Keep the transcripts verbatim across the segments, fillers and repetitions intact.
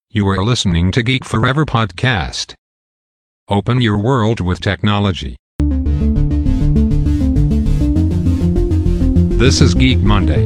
You are listening to Geek Forever podcast. Open your world with technology. This is Geek Monday.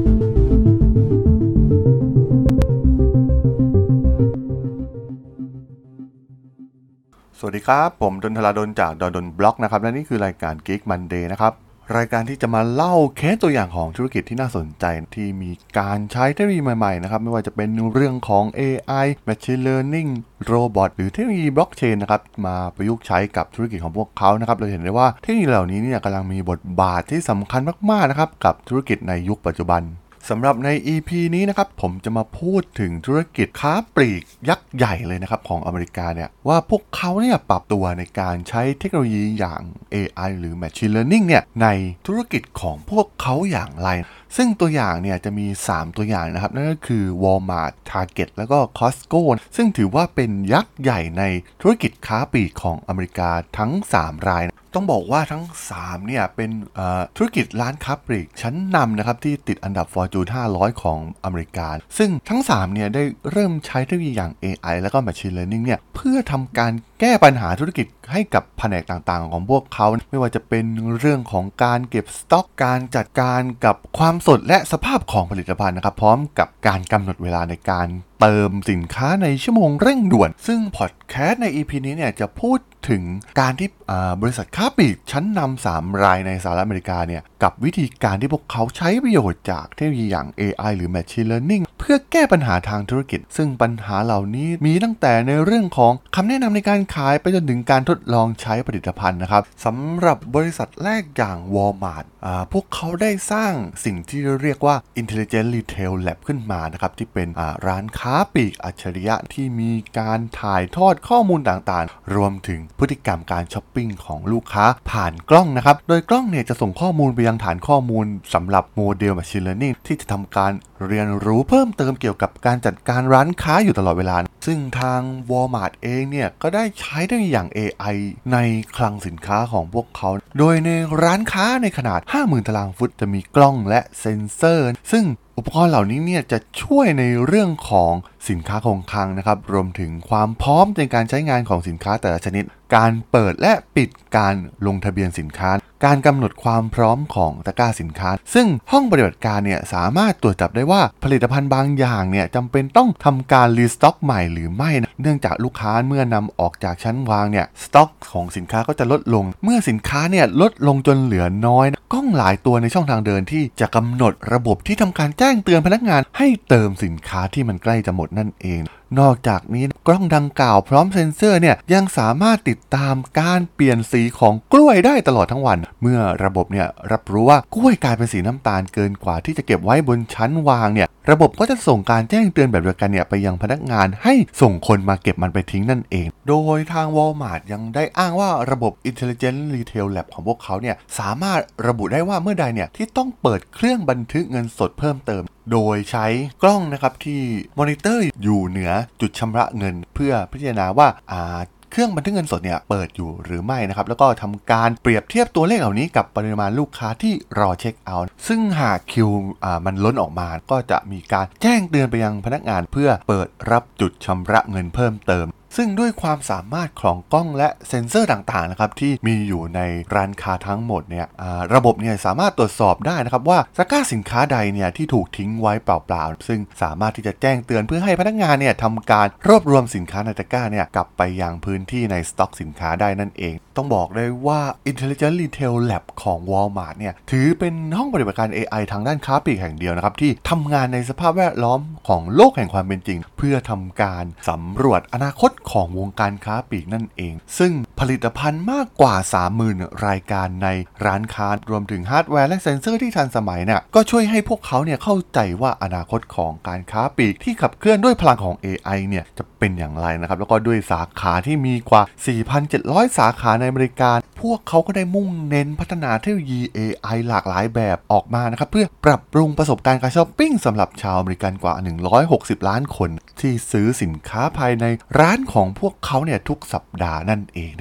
สวัสดีครับผมดนทราดลจากดนดนบล็อกนะครับและนี่คือรายการ Geek Monday นะครับรายการที่จะมาเล่าเคสตัวอย่างของธุรกิจที่น่าสนใจที่มีการใช้เทคโนโลยีใหม่ๆนะครับไม่ว่าจะเป็นเรื่องของ เอ ไอ Machine Learning โรบอทหรือเทคโนโลยีบล็อกเชนนะครับมาประยุกต์ใช้กับธุรกิจของพวกเขานะครับเราเห็นได้ว่าเทคโนโลยีเหล่านี้เนี่ยกำลังมีบทบาทที่สำคัญมากๆนะครับกับธุรกิจในยุคปัจจุบันสำหรับใน อี พี นี้นะครับผมจะมาพูดถึงธุรกิจค้าปลีกยักษ์ใหญ่เลยนะครับของอเมริกาเนี่ยว่าพวกเขาเนี่ยปรับตัวในการใช้เทคโนโลยีอย่าง เอ ไอ หรือ Machine Learning เนี่ยในธุรกิจของพวกเขาอย่างไรซึ่งตัวอย่างเนี่ยจะมีสามตัวอย่างนะครับนั่นก็คือ Walmart, Target แล้วก็ Costco ซึ่งถือว่าเป็นยักษ์ใหญ่ในธุรกิจค้าปลีกของอเมริกาทั้งสามรายต้องบอกว่าทั้งสามเนี่ยเป็นธุรกิจร้านค้าปลีกชั้นนำนะครับที่ติดอันดับ Fortune ห้าร้อยของอเมริกาซึ่งทั้งสามเนี่ยได้เริ่มใช้เทคโนโลยีอย่าง เอ ไอ แล้วก็ Machine Learning เนี่ยเพื่อทำการแก้ปัญหาธุรกิจให้กับแผนกต่างๆของพวกเขาไม่ว่าจะเป็นเรื่องของการเก็บสต็อกการจัดการกับความสดและสภาพของผลิตภัณฑ์นะครับพร้อมกับการกำหนดเวลาในการเติมสินค้าในชั่วโมงเร่งด่วนซึ่งพอดแคสต์ใน อี พี นี้เนี่ยจะพูดถึงการที่บริษัทค้าปลีกชั้นนำสามรายในสหรัฐอเมริกาเนี่ยกับวิธีการที่พวกเขาใช้ประโยชน์จากเทคโนโลยีอย่าง เอ ไอ หรือ Machine Learning เพื่อแก้ปัญหาทางธุรกิจซึ่งปัญหาเหล่านี้มีตั้งแต่ในเรื่องของคำแนะนำในการขายไปจนถึงการทดลองใช้ผลิตภัณฑ์นะครับสำหรับบริษัทแรกอย่าง Walmart พวกเขาได้สร้างสิ่งที่เรียกว่า Intelligent Retail Lab ขึ้นมานะครับที่เป็นร้านค้าปลีกอัจฉริยะที่มีการถ่ายทอดข้อมูลต่างๆรวมถึงพฤติกรรมการช้อปปิ้งของลูกค้าผ่านกล้องนะครับโดยกล้องเนี่ยจะส่งข้อมูลไปยังฐานข้อมูลสำหรับโมเดล Machine Learning ที่จะทำการเรียนรู้เพิ่มเติมเกี่ยวกับการจัดการร้านค้าอยู่ตลอดเวลาซึ่งทาง Walmart เองเนี่ยก็ได้ใช้ได้อย่าง เอ ไอ ในคลังสินค้าของพวกเขาโดยในร้านค้าในขนาด ห้าหมื่น ตารางฟุตจะมีกล้องและเซ็นเซอร์ซึ่งอุปกรณ์เหล่านี้เนี่ยจะช่วยในเรื่องของสินค้าคงคลังนะครับรวมถึงความพร้อมในการใช้งานของสินค้าแต่ละชนิดการเปิดและปิดการลงทะเบียนสินค้าการกำหนดความพร้อมของตะกร้าสินค้าซึ่งห้องปฏิบัติการเนี่ยสามารถตรวจจับได้ว่าผลิตภัณฑ์บางอย่างเนี่ยจำเป็นต้องทำการรีสต็อกใหม่หรือไม่นะเนื่องจากลูกค้าเมื่อนำออกจากชั้นวางเนี่ยสต็อกของสินค้าก็จะลดลงเมื่อสินค้าเนี่ยลดลงจนเหลือน้อยกล้องหลายตัวในช่องทางเดินที่จะกำหนดระบบที่ทำการแจ้งเตือนพนักงานให้เติมสินค้าที่มันใกล้จะหมดนั่นเองนอกจากนี้กล้องดังกล่าวพร้อมเซ็นเซอร์เนี่ยยังสามารถติดตามการเปลี่ยนสีของกล้วยได้ตลอดทั้งวันเมื่อระบบเนี่ยรับรู้ว่ากล้วยกลายเป็นสีน้ำตาลเกินกว่าที่จะเก็บไว้บนชั้นวางเนี่ยระบบก็จะส่งการแจ้งเตือนแบบเดียวกันเนี่ยไปยังพนักงานให้ส่งคนมาเก็บมันไปทิ้งนั่นเองโดยทาง Walmart ยังได้อ้างว่าระบบ Intelligent Retail Lab ของพวกเขาเนี่ยสามารถระบุได้ว่าเมื่อใดเนี่ยที่ต้องเปิดเครื่องบันทึกเงินสดเพิ่มเติมโดยใช้กล้องนะครับที่มอนิเตอร์อยู่เหนือจุดชำระเงินเพื่อพิจารณาว่าอ่าเครื่องบันทึกเงินสดเนี่ยเปิดอยู่หรือไม่นะครับแล้วก็ทำการเปรียบเทียบตัวเลขเหล่านี้กับปริมาณลูกค้าที่รอเช็คเอาท์ซึ่งหากคิวอ่ามันล้นออกมาก็จะมีการแจ้งเตือนไปยังพนักงานเพื่อเปิดรับจุดชำระเงินเพิ่มเติมซึ่งด้วยความสามารถของกล้องและเซ็นเซอร์ต่างๆนะครับที่มีอยู่ในร้านค้าทั้งหมดเนี่ยระบบเนี่ยสามารถตรวจสอบได้นะครับว่าตะกร้าสินค้าใดเนี่ยที่ถูกทิ้งไว้เปล่าๆซึ่งสามารถที่จะแจ้งเตือนเพื่อให้พนักงานเนี่ยทำการรวบรวมสินค้าในตะกร้าเนี่ยกลับไปยังพื้นที่ในสต็อกสินค้าได้นั่นเองต้องบอกเลยว่า Intelligent Retail Lab ของ Walmart เนี่ยถือเป็นห้องปฏิบัติการ เอ ไอ ทางด้านค้าปลีกแห่งเดียวนะครับที่ทำงานในสภาพแวดล้อมของโลกแห่งความเป็นจริงเพื่อทำการสำรวจอนาคตของวงการค้าปลีกนั่นเองซึ่งผลิตภัณฑ์มากกว่า สามหมื่น รายการในร้านค้ารวมถึงฮาร์ดแวร์และเซ็นเซอร์ที่ทันสมัยเนี่ยก็ช่วยให้พวกเขาเนี่ยเข้าใจว่าอนาคตของการค้าปลีกที่ขับเคลื่อนด้วยพลังของ เอ ไอ เนี่ยจะเป็นอย่างไรนะครับแล้วก็ด้วยสาขาที่มีกว่า สี่พันเจ็ดร้อย สาขาในอเมริกาพวกเขาก็ได้มุ่งเน้นพัฒนาเทคโนโลยี เอ ไอ หลากหลายแบบออกมานะครับเพื่อปรับปรุงประสบการณ์การช้อปปิ้งสำหรับชาวอเมริกันกว่าหนึ่งร้อยหกสิบล้านคนที่ซื้อสินค้าภายในร้านของพวกเขาเนี่ยทุกสัปดาห์นั่นเองนะครับ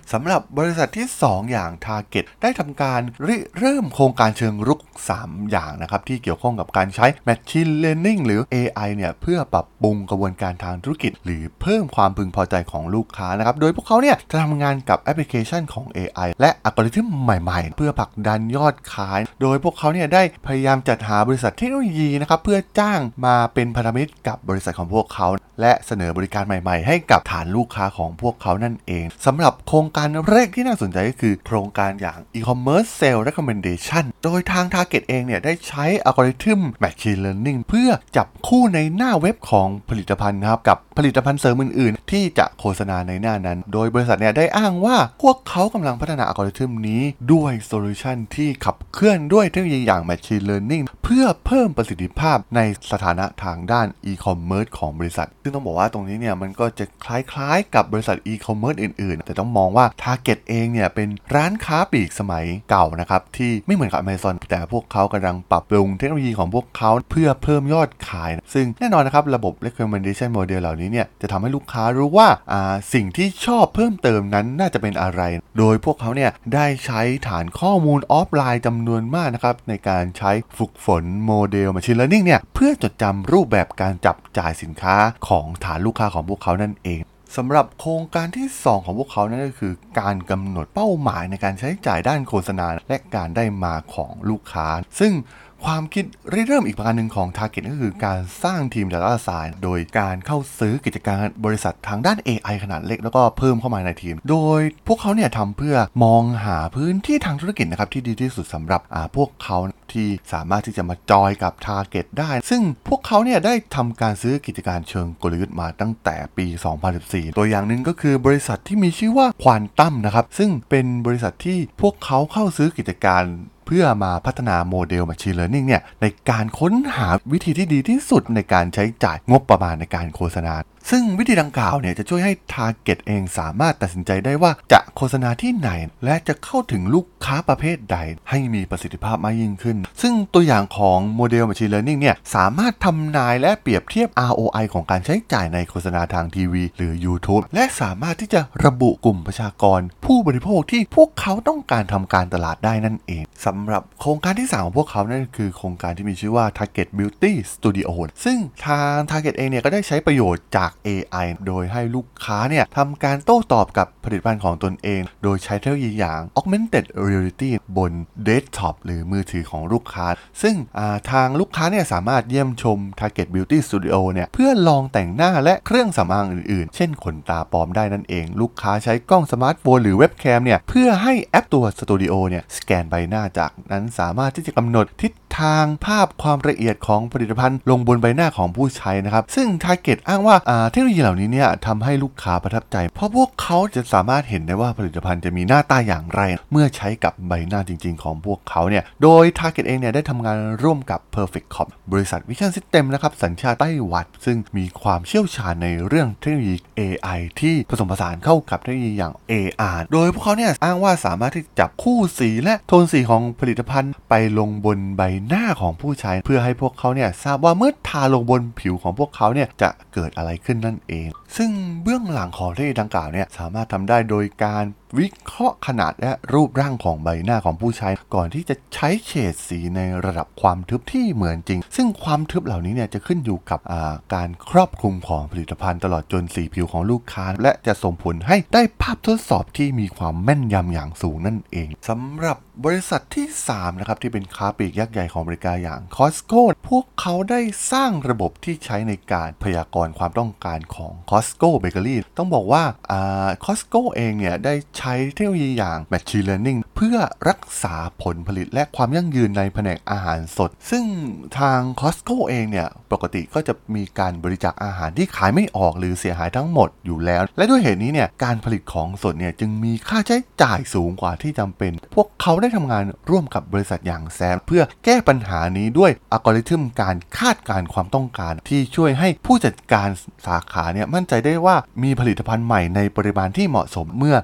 สำหรับบริษัทที่สองอย่าง Target ได้ทำการริเริ่มโครงการเชิงรุกสามอย่างนะครับที่เกี่ยวข้องกับการใช้ Machine Learning หรือ เอ ไอ เนี่ยเพื่อปรับปรุงกระบวนการทางธุรกิจหรือเพิ่มความพึงพอใจของลูกค้านะครับโดยพวกเขาเนี่ยจะทำงานกับแอปพลิเคชันของ เอ ไอ และอัลกอริทึมใหม่ๆเพื่อผลักดันยอดขายโดยพวกเขาเนี่ยได้พยายามจัดหาบริษัทเทคโนโลยีนะครับเพื่อจ้างมาเป็นพันธมิตรกับบริษัทของพวกเขาและเสนอบริการใหม่ๆให้กับฐานลูกค้าของพวกเขานั่นเองสำหรับโครงการแรกที่น่าสนใจก็คือโครงการอย่าง e-commerce sales recommendation โดยทาง Target เองเนี่ยได้ใช้อัลกอริทึม machine learning เพื่อจับคู่ในหน้าเว็บของผลิตภัณฑ์นะครับกับผลิตภัณฑ์เสริมอื่นๆที่จะโฆษณาในหน้านั้นโดยบริษัทเนี่ยได้อ้างว่าพวกเขากำลังพัฒนาอัลกอริทึมนี้ด้วยโซลูชันที่ขับเคลื่อนด้วยเทคโนโลยีอย่าง machine learning เพื่อเพิ่มประสิทธิภาพในสถานะทางด้าน e-commerce ของบริษัทซึ่งต้องบอกว่าตรงนี้เนี่ยมันก็จะคล้ายๆกับบริษัท e-commerce อื่นๆแต่ต้องมองว่า Target เองเนี่ยเป็นร้านค้าปลีกสมัยเก่านะครับที่ไม่เหมือนกับ Amazon แต่พวกเขากำลังปรับปรุงเทคโนโลยีของพวกเขาเพื่อเพิ่มยอดขายซึ่งแน่นอนนะครับระบบ recommendation model เหล่านี้เนี่ยจะทำให้ลูกค้ารู้ว่าอ่าสิ่งที่ชอบเพิ่มเติมนั้นน่าจะเป็นอะไรโดยพวกเขาเนี่ยได้ใช้ฐานข้อมูลออฟไลน์จำนวนมากนะครับในการใช้ฝึกฝนโมเดล Machine Learning เนี่ยเพื่อจดจำรูปแบบการจับจ่ายสินค้าของฐานลูกค้าของพวกเขานั่นเองสำหรับโครงการที่สองของพวกเขานั่นก็คือการกำหนดเป้าหมายในการใช้จ่ายด้านโฆษณาและการได้มาของลูกค้าซึ่งความคิดเริ่มอีกประการหนึ่งของ Target ก็คือการสร้างทีม Data Science โดยการเข้าซื้อกิจการบริษัททางด้าน เอ ไอ ขนาดเล็กแล้วก็เพิ่มเข้ามาในทีมโดยพวกเขาเนี่ยทำเพื่อมองหาพื้นที่ทางธุรกิจนะครับที่ดีที่สุดสำหรับพวกเขาที่สามารถที่จะมาจอยกับ Target ได้ซึ่งพวกเขาเนี่ยได้ทำการซื้อกิจการเชิงกลยุทธ์มาตั้งแต่ปี สองพันสิบสี่ ตัวอย่างหนึ่งก็คือบริษัทที่มีชื่อว่า Quantum นะครับซึ่งเป็นบริษัทที่พวกเขาเข้าซื้อกิจการเพื่อมาพัฒนาโมเดล Machine Learning เนี่ยในการค้นหาวิธีที่ดีที่สุดในการใช้จ่ายงบประมาณในการโฆษณาซึ่งวิธีดังกล่าวเนี่ยจะช่วยให้ Target เองสามารถตัดสินใจได้ว่าจะโฆษณาที่ไหนและจะเข้าถึงลูกค้าประเภทใดให้มีประสิทธิภาพมากยิ่งขึ้นซึ่งตัวอย่างของโมเดล Machine Learning เนี่ยสามารถทำนายและเปรียบเทียบ อาร์ โอ ไอ ของการใช้จ่ายในโฆษณาทางทีวีหรือ YouTube และสามารถที่จะระบุกลุ่มประชากรผู้บริโภคที่พวกเขาต้องการทำการตลาดได้นั่นเองสำหรับโครงการที่สามของพวกเขานั่นคือโครงการที่มีชื่อว่า Target Beauty Studio ซึ่งทาง Target เองเนี่ยก็ได้ใช้ประโยชน์จาก เอ ไอ โดยให้ลูกค้าเนี่ยทำการโต้ตอบกับผลิตภัณฑ์ของตนเองโดยใช้เทคโนโลยีอย่าง Augmented Reality บนเดสก์ท็อปหรือมือถือของลูกค้าซึ่งทางลูกค้าเนี่ยสามารถเยี่ยมชม Target Beauty Studio เนี่ยเพื่อลองแต่งหน้าและเครื่องสำอางอื่นๆเช่นขนตาปลอมได้นั่นเองลูกค้าใช้กล้องสมาร์ทโฟนหรือเว็บแคมเนี่ยเพื่อให้แอปตัว Studio เนี่ยสแกนใบหน้าจากนั้นสามารถที่จะกำหนดทิศทางภาพความละเอียดของผลิตภัณฑ์ลงบนใบหน้าของผู้ใช้นะครับซึ่ง Target อ้างว่าเทคโนโลยีเหล่านี้เนี่ยทำให้ลูกค้าประทับใจเพราะพวกเขาจะสามารถเห็นได้ว่าผลิตภัณฑ์จะมีหน้าตาอย่างไรเมื่อใช้กับใบหน้าจริงๆของพวกเขาเนี่ยโดย Target เองเนี่ยได้ทำงานร่วมกับ Perfect Corp บริษัท Vision System นะครับสัญชาติไต้หวันซึ่งมีความเชี่ยวชาญในเรื่องเทคโนโลยี เอ ไอ ที่ผสมผสานเข้ากับเทคโนโลยีอย่าง เอ อาร์ โดยพวกเขาเนี่ยอ้างว่าสามารถที่จะจับคู่สีและโทนสีของผลิตภัณฑ์ไปลงบนใบหน้าของผู้ใช้เพื่อให้พวกเขาเนี่ยทราบว่าเมื่อทาลงบนผิวของพวกเขาเนี่ยจะเกิดอะไรขึ้นนั่นเองซึ่งเบื้องหลังของเทคโนโลยีดังกล่าวเนี่ยสามารถทำได้โดยการวิเคราะห์ขนาดและรูปร่างของใบหน้าของผู้ใช้ก่อนที่จะใช้เฉดสีในระดับความทึบที่เหมือนจริงซึ่งความทึบเหล่านี้เนี่ยจะขึ้นอยู่กับการครอบคลุมของผลิตภัณฑ์ตลอดจนสีผิวของลูกค้าและจะส่งผลให้ได้ภาพทดสอบที่มีความแม่นยำอย่างสูงนั่นเองสำหรับบริษัทที่สามนะครับที่เป็นค้าปลีกยักษ์ใหญ่ของอเมริกาอย่าง Costco พวกเขาได้สร้างระบบที่ใช้ในการพยากรณ์ความต้องการของ Costco Bakery ต้องบอกว่าอ่า Costco เองเนี่ยได้ใช้เทคโนโลยีอย่าง Machine Learning เพื่อรักษาผลผลิตและความยั่งยืนในแผนกอาหารสดซึ่งทาง Costco เองเนี่ยปกติก็จะมีการบริจาคอาหารที่ขายไม่ออกหรือเสียหายทั้งหมดอยู่แล้วและด้วยเหตุนี้เนี่ยการผลิตของสดเนี่ยจึงมีค่าใช้จ่ายสูงกว่าที่จำเป็นพวกเขาได้ทำงานร่วมกับบริษัทอย่างแซมเพื่อแก้ปัญหานี้ด้วยอัลกอริทึมการคาดการณ์ความต้องการที่ช่วยให้ผู้จัดการสาขาเนี่ยมั่นใจได้ว่ามีผลิตภัณฑ์ใหม่ในปริมาณที่เหมาะสมเมื่อลูก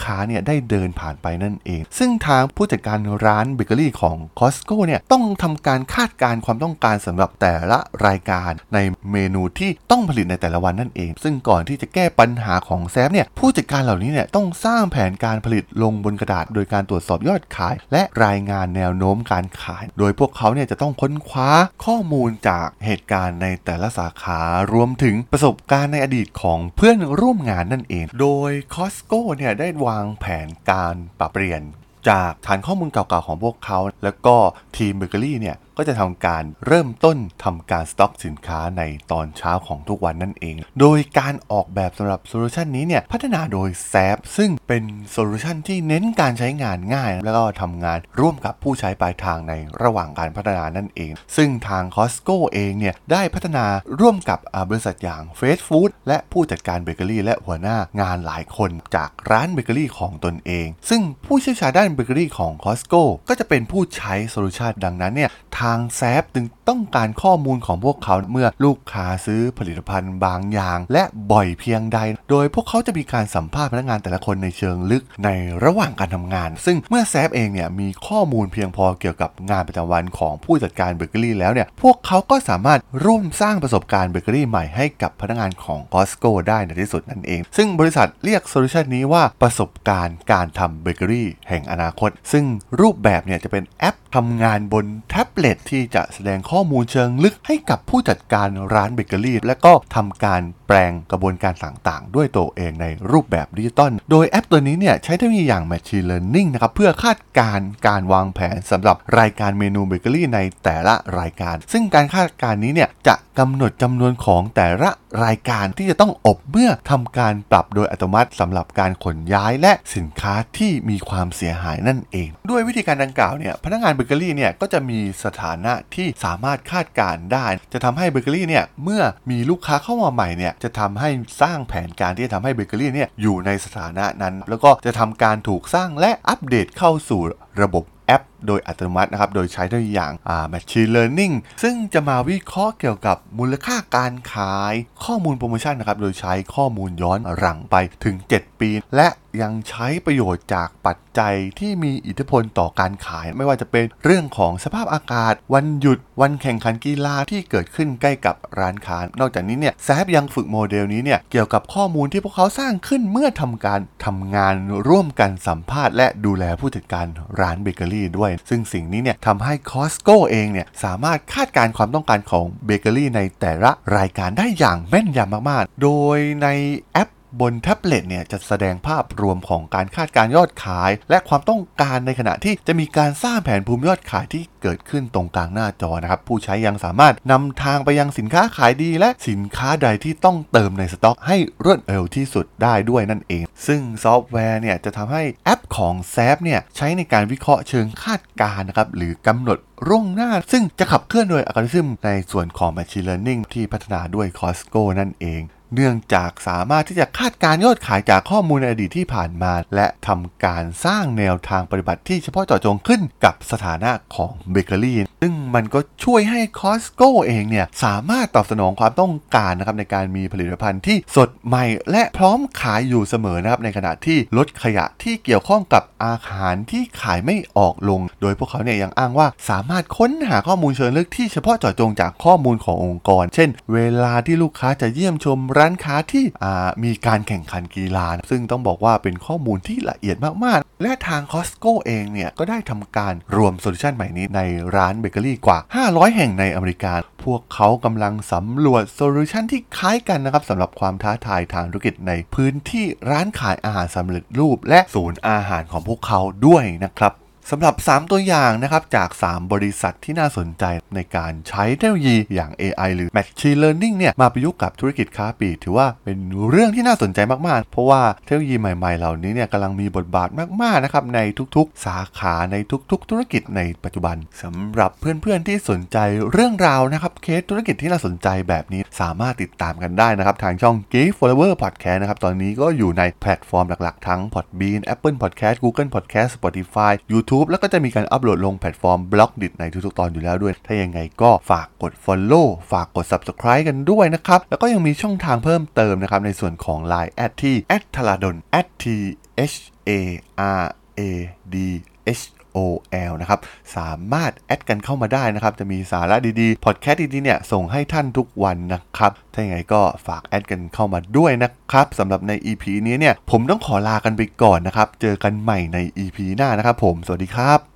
ค้าเนี่ยได้เดินผ่านไปนั่นเองซึ่งทางผู้จัดการร้านเบเกอรี่ของ Costco เนี่ยต้องทำการคาดการณ์ความต้องการสำหรับแต่ละรายการในเมนูที่ต้องผลิตในแต่ละวันนั่นเองซึ่งก่อนที่จะแก้ปัญหาของแซฟเนี่ยผู้จัดการเหล่านี้เนี่ยต้องสร้างแผนการผลิตลงบนกระดาษโดยการตรวจสอบยอดขายและรายงานแนวโน้มการขายโดยพวกเขาเนี่ยจะต้องค้นคว้าข้อมูลจากเหตุการณ์ในแต่ละสาขารวมถึงประสบการณ์ในอดีตของเพื่อนร่วมงานนั่นเองโดย Costco เนี่ยได้วางแผนการปรับเปลี่ยนจากฐานข้อมูลเก่าๆของพวกเขาแล้วก็ทีมเบเกอรี่เนี่ยก็จะทำการเริ่มต้นทำการสต็อกสินค้าในตอนเช้าของทุกวันนั่นเองโดยการออกแบบสำหรับโซลูชันนี้เนี่ยพัฒนาโดยแซฟซึ่งเป็นโซลูชันที่เน้นการใช้งานง่ายแล้วก็ทำงานร่วมกับผู้ใช้ปลายทางในระหว่างการพัฒนานั่นเองซึ่งทาง Costco เองเนี่ยได้พัฒนาร่วมกับบริษัทอย่างเฟสฟู้ดและผู้จัดการเบเกอรี่และหัวหน้างานหลายคนจากร้านเบเกอรี่ของตนเองซึ่งผู้เชี่ยวชาญด้านเบเกอรี่ของ Costco ก็จะเป็นผู้ใช้โซลูชันดังนั้นเนี่ยทางแซฟจึงต้องการข้อมูลของพวกเขาเมื่อลูกค้าซื้อผลิตภัณฑ์บางอย่างและบ่อยเพียงใดโดยพวกเขาจะมีการสัมภาษณ์พนักงานแต่ละคนในเชิงลึกในระหว่างการทำงานซึ่งเมื่อแซฟเองเนี่ยมีข้อมูลเพียงพอเกี่ยวกับงานประจำวันของผู้จัดการเบเกอรี่แล้วเนี่ยพวกเขาก็สามารถร่วมสร้างประสบการณ์เบเกอรี่ใหม่ให้กับพนักงานของ Costco ได้ในที่สุดนั่นเองซึ่งบริษัทเรียกโซลูชันนี้ว่าประสบการณ์การทำเบเกอรี่แห่งอนาคตซึ่งรูปแบบเนี่ยจะเป็นแอปทำงานบนแท็บเล็ตที่จะแสดงข้อมูลเชิงลึกให้กับผู้จัดการร้านเบเกอรี่และก็ทำการแปลงกระบวนการต่างๆด้วยตัวเองในรูปแบบดิจิตอลโดยแอปตัวนี้เนี่ยใช้เทคโนโลยีอย่าง Machine Learning นะครับเพื่อคาดการณ์การวางแผนสำหรับรายการเมนูเบเกอรี่ในแต่ละรายการซึ่งการคาดการณ์นี้เนี่ยจะกำหนดจำนวนของแต่ละรายการที่จะต้องอบเมื่อทำการปรับโดยอัตโนมัติสำหรับการขนย้ายและสินค้าที่มีความเสียหายนั่นเองด้วยวิธีการดังกล่าวเนี่ยพนักงานเบเกอรี่เนี่ยก็จะมีสถานะที่สามารถคาดการณ์ได้จะทำให้เบเกอรี่เนี่ยเมื่อมีลูกค้าเข้ามาใหม่เนี่ยจะทำให้สร้างแผนการที่จะทำให้เบเกอรี่เนี่ยอยู่ในสถานะนั้นแล้วก็จะทำการถูกสร้างและอัปเดตเข้าสู่ระบบแอปโดยอัตโนมัตินะครับโดยใช้ตัวอย่างอ่า Machine Learning ซึ่งจะมาวิเคราะห์เกี่ยวกับมูลค่าการขายข้อมูลโปรโมชั่นนะครับโดยใช้ข้อมูลย้อนหลังไปถึงเจ็ดปีและยังใช้ประโยชน์จากปัจจัยที่มีอิทธิพลต่อการขายไม่ว่าจะเป็นเรื่องของสภาพอากาศวันหยุดวันแข่งขันกีฬาที่เกิดขึ้นใกล้กับร้านค้านอกจากนี้เนี่ยแซฟยังฝึกโมเดลนี้เนี่ยเกี่ยวกับข้อมูลที่พวกเขาสร้างขึ้นเมื่อทำการทำงานร่วมกันสัมภาษณ์และดูแลผู้จัดการร้านเบเกอรี่ด้วยซึ่งสิ่งนี้เนี่ยทำให้ Costco เองเนี่ยสามารถคาดการณ์ความต้องการของเบเกอรี่ในแต่ละรายการได้อย่างแม่นยำมากๆโดยในแอปบนแท็บเล็ตเนี่ยจะแสดงภาพรวมของการคาดการยอดขายและความต้องการในขณะที่จะมีการสร้างแผนภูมิยอดขายที่เกิดขึ้นตรงกลางหน้าจอนะครับผู้ใช้ยังสามารถนำทางไปยังสินค้าขายดีและสินค้าใดที่ต้องเติมในสต็อกให้รวดเร็วที่สุดได้ด้วยนั่นเองซึ่งซอฟต์แวร์เนี่ยจะทำให้แอปของแซฟเนี่ยใช้ในการวิเคราะห์เชิงคาดการณ์นะครับหรือกำหนดล่วงหน้าซึ่งจะขับเคลื่อนโดยอัลกอริทึมในส่วนของ Machine Learning ที่พัฒนาด้วย Costco นั่นเองเนื่องจากสามารถที่จะคาดการยอดขายจากข้อมูลในอดีตที่ผ่านมาและทำการสร้างแนวทางปฏิบัติที่เฉพาะเจาะจงขึ้นกับสถานะของเบเกอรี่ซึ่งมันก็ช่วยให้ Costco เองเนี่ยสามารถตอบสนองความต้องการนะครับในการมีผลิตภัณฑ์ที่สดใหม่และพร้อมขายอยู่เสมอนะครับในขณะที่ลดขยะที่เกี่ยวข้องกับอาหารที่ขายไม่ออกลงโดยพวกเขาเนี่ยยังอ้างว่าสามารถค้นหาข้อมูลเชิงลึกที่เฉพาะเจาะจงจากข้อมูลขององค์กรเช่นเวลาที่ลูกค้าจะเยี่ยมชมร้านค้าที่มีการแข่งขันกีฬาซึ่งต้องบอกว่าเป็นข้อมูลที่ละเอียดมากๆและทาง Costco เองเนี่ยก็ได้ทำการรวมโซลูชันใหม่นี้ในร้านเบเกอรี่กว่าห้าร้อยแห่งในอเมริกาพวกเขากำลังสำรวจโซลูชันที่คล้ายกันนะครับสำหรับความท้าทายทางธุรกิจในพื้นที่ร้านขายอาหารสำเร็จรูปและศูนย์อาหารของพวกเขาด้วยนะครับสำหรับสามตัวอย่างนะครับจากสามบริษัทที่น่าสนใจในการใช้เทคโนโลยีอย่าง เอ ไอ หรือ Machine Learning เนี่ยมาประยุกต์กับธุรกิจค้าปลีกถือว่าเป็นเรื่องที่น่าสนใจมากๆเพราะว่าเทคโนโลยีใหม่ๆเหล่านี้เนี่ยกำลังมีบทบาทมากๆนะครับในทุกๆสาขาในทุกๆธุรกิจในปัจจุบันสำหรับเพื่อนๆที่สนใจเรื่องราวนะครับเคสธุรกิจที่น่าสนใจแบบนี้สามารถติดตามกันได้นะครับทางช่อง Geek Forever Podcast นะครับตอนนี้ก็อยู่ในแพลตฟอร์มหลักๆทั้ง Podbean Apple Podcast Google Podcast Spotify YouTube YouTube แล้วก็จะมีการอัปโหลดลงแพลตฟอร์มบล็อกดิในทุกๆตอนอยู่แล้วด้วยถ้ายังไงก็ฝากกด Follow ฝากกด Subscribe กันด้วยนะครับแล้วก็ยังมีช่องทางเพิ่มเติมนะครับในส่วนของ ไลน์ แอดที่ แอท ทาราดล แอท ที เอช เอ อาร์ เอ ดี เอช โอ แอล นะครับสามารถแอดกันเข้ามาได้นะครับจะมีสาระดีๆพอดแคสต์ดีๆเนี่ยส่งให้ท่านทุกวันนะครับถ้าอย่างไรก็ฝากแอดกันเข้ามาด้วยนะครับสำหรับใน อี พี นี้เนี่ยผมต้องขอลากันไปก่อนนะครับเจอกันใหม่ใน อี พี หน้านะครับผมสวัสดีครับ